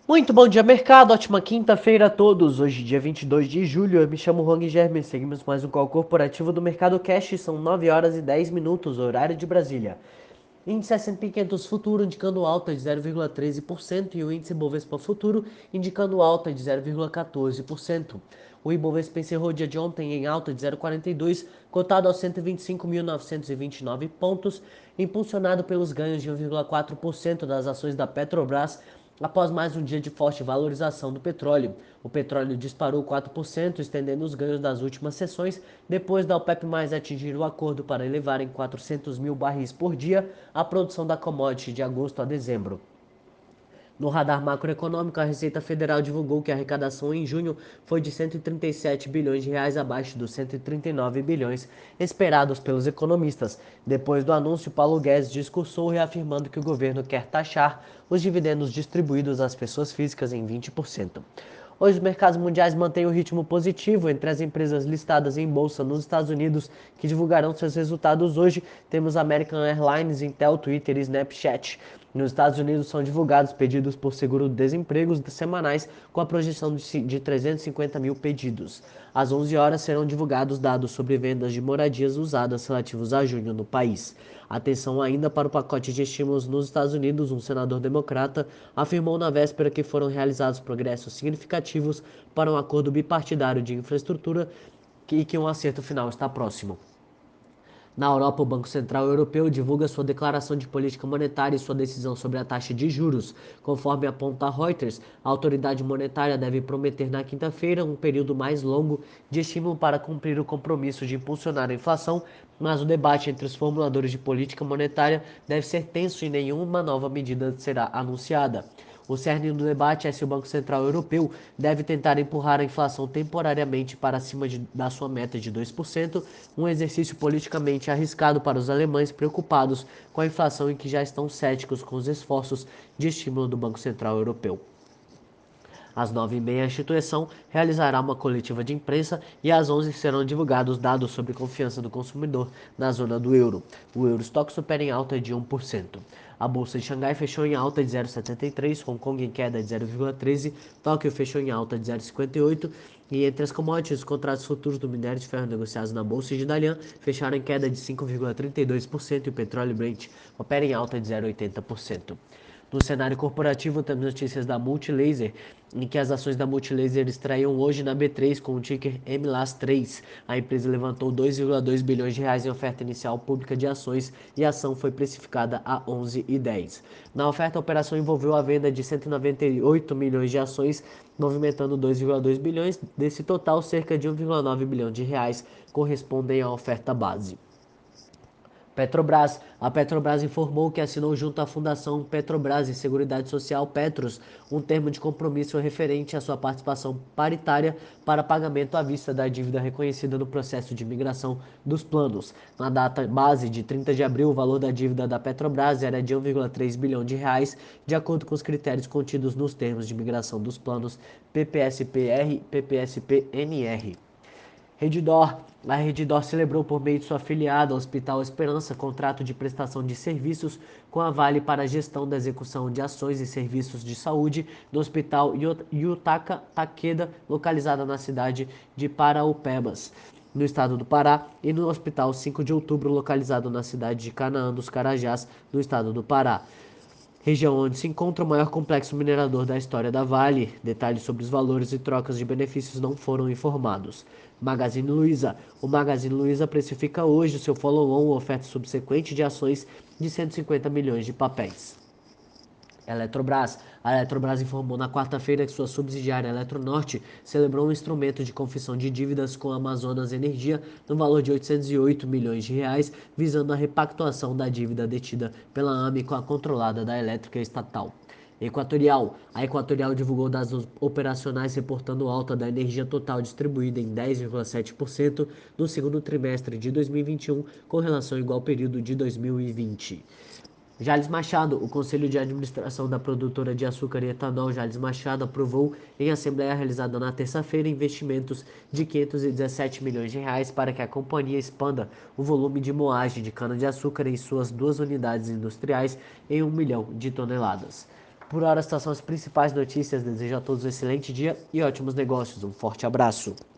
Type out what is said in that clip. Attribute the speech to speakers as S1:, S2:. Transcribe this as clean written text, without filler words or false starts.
S1: Muito bom dia, mercado. Ótima quinta-feira a todos. Hoje, dia 22 de julho, eu me chamo Juan Germe. Seguimos mais um call corporativo do Mercado Cash. São 9 horas e 10 minutos, horário de Brasília. Índice S&P 500 Futuro indicando alta de 0,13% e o índice Bovespa Futuro indicando alta de 0,14%. O Ibovespa encerrou o dia de ontem em alta de 0,42, cotado aos 125.929 pontos, impulsionado pelos ganhos de 1,4% das ações da Petrobras, após mais um dia de forte valorização do petróleo. O petróleo disparou 4%, estendendo os ganhos das últimas sessões, depois da OPEP+ atingir o acordo para elevar em 400 mil barris por dia a produção da commodity de agosto a dezembro. No radar macroeconômico, a Receita Federal divulgou que a arrecadação em junho foi de 137 bilhões de reais, abaixo dos 139 bilhões esperados pelos economistas. Depois do anúncio, Paulo Guedes discursou reafirmando que o governo quer taxar os dividendos distribuídos às pessoas físicas em 20%. Hoje, os mercados mundiais mantêm o ritmo positivo. Entre as empresas listadas em bolsa nos Estados Unidos que divulgarão seus resultados hoje, temos American Airlines, Intel, Twitter e Snapchat. Nos Estados Unidos são divulgados pedidos por seguro-desemprego semanais, com a projeção de 350 mil pedidos. Às 11 horas serão divulgados dados sobre vendas de moradias usadas relativos a junho no país. Atenção ainda para o pacote de estímulos nos Estados Unidos. Um senador democrata afirmou na véspera que foram realizados progressos significativos para um acordo bipartidário de infraestrutura e que um acerto final está próximo. Na Europa, o Banco Central Europeu divulga sua declaração de política monetária e sua decisão sobre a taxa de juros. Conforme aponta Reuters, a autoridade monetária deve prometer na quinta-feira um período mais longo de estímulo para cumprir o compromisso de impulsionar a inflação, mas o debate entre os formuladores de política monetária deve ser tenso e nenhuma nova medida será anunciada. O cerne do debate é se o Banco Central Europeu deve tentar empurrar a inflação temporariamente para acima da sua meta de 2%, um exercício politicamente arriscado para os alemães preocupados com a inflação e que já estão céticos com os esforços de estímulo do Banco Central Europeu. Às 9h30, a instituição realizará uma coletiva de imprensa e às 11 serão divulgados dados sobre confiança do consumidor na zona do euro. O Eurostock supera em alta de 1%. A bolsa de Xangai fechou em alta de 0,73, Hong Kong em queda de 0,13, Tóquio fechou em alta de 0,58 e entre as commodities, os contratos futuros do minério de ferro negociados na bolsa de Dalian fecharam em queda de 5,32% e o petróleo Brent opera em alta de 0,80%. No cenário corporativo, temos notícias da Multilaser, em que as ações da Multilaser extraíam hoje na B3 com o ticker MLAS3. A empresa levantou 2,2 bilhões de reais em oferta inicial pública de ações e a ação foi precificada a 11,10. Na oferta, a operação envolveu a venda de 198 milhões de ações, movimentando 2,2 bilhões. Desse total, cerca de 1,9 bilhão de reais correspondem à oferta base. Petrobras. A Petrobras informou que assinou junto à Fundação Petrobras e Seguridade Social Petros um termo de compromisso referente à sua participação paritária para pagamento à vista da dívida reconhecida no processo de migração dos planos. Na data base de 30 de abril, o valor da dívida da Petrobras era de 1,3 bilhão de reais, de acordo com os critérios contidos nos termos de migração dos planos PPSPR e PPSPNR. Redditor. A Redditor celebrou por meio de sua afiliada, Hospital Esperança, contrato de prestação de serviços com a Vale para a gestão da execução de ações e serviços de saúde no Hospital Yutaka Takeda, localizada na cidade de Paraupebas, no estado do Pará, e no Hospital 5 de Outubro, localizado na cidade de Canaã dos Carajás, no estado do Pará, região onde se encontra o maior complexo minerador da história da Vale. Detalhes sobre os valores e trocas de benefícios não foram informados. Magazine Luiza. O Magazine Luiza precifica hoje o seu follow-on, oferta subsequente de ações de 150 milhões de papéis. Eletrobras. A Eletrobras informou na quarta-feira que sua subsidiária Eletronorte celebrou um instrumento de confissão de dívidas com a Amazonas Energia no valor de 808 milhões de reais, visando a repactuação da dívida detida pela AME com a controlada da elétrica estatal. Equatorial. A Equatorial divulgou dados operacionais reportando alta da energia total distribuída em 10,7% no segundo trimestre de 2021, com relação ao igual período de 2020. Jales Machado. O Conselho de Administração da produtora de açúcar e etanol Jales Machado aprovou em assembleia realizada na terça-feira investimentos de 517 milhões de reais para que a companhia expanda o volume de moagem de cana-de-açúcar em suas duas unidades industriais em 1 milhão de toneladas. Por hora, estas são as principais notícias. Desejo a todos um excelente dia e ótimos negócios. Um forte abraço.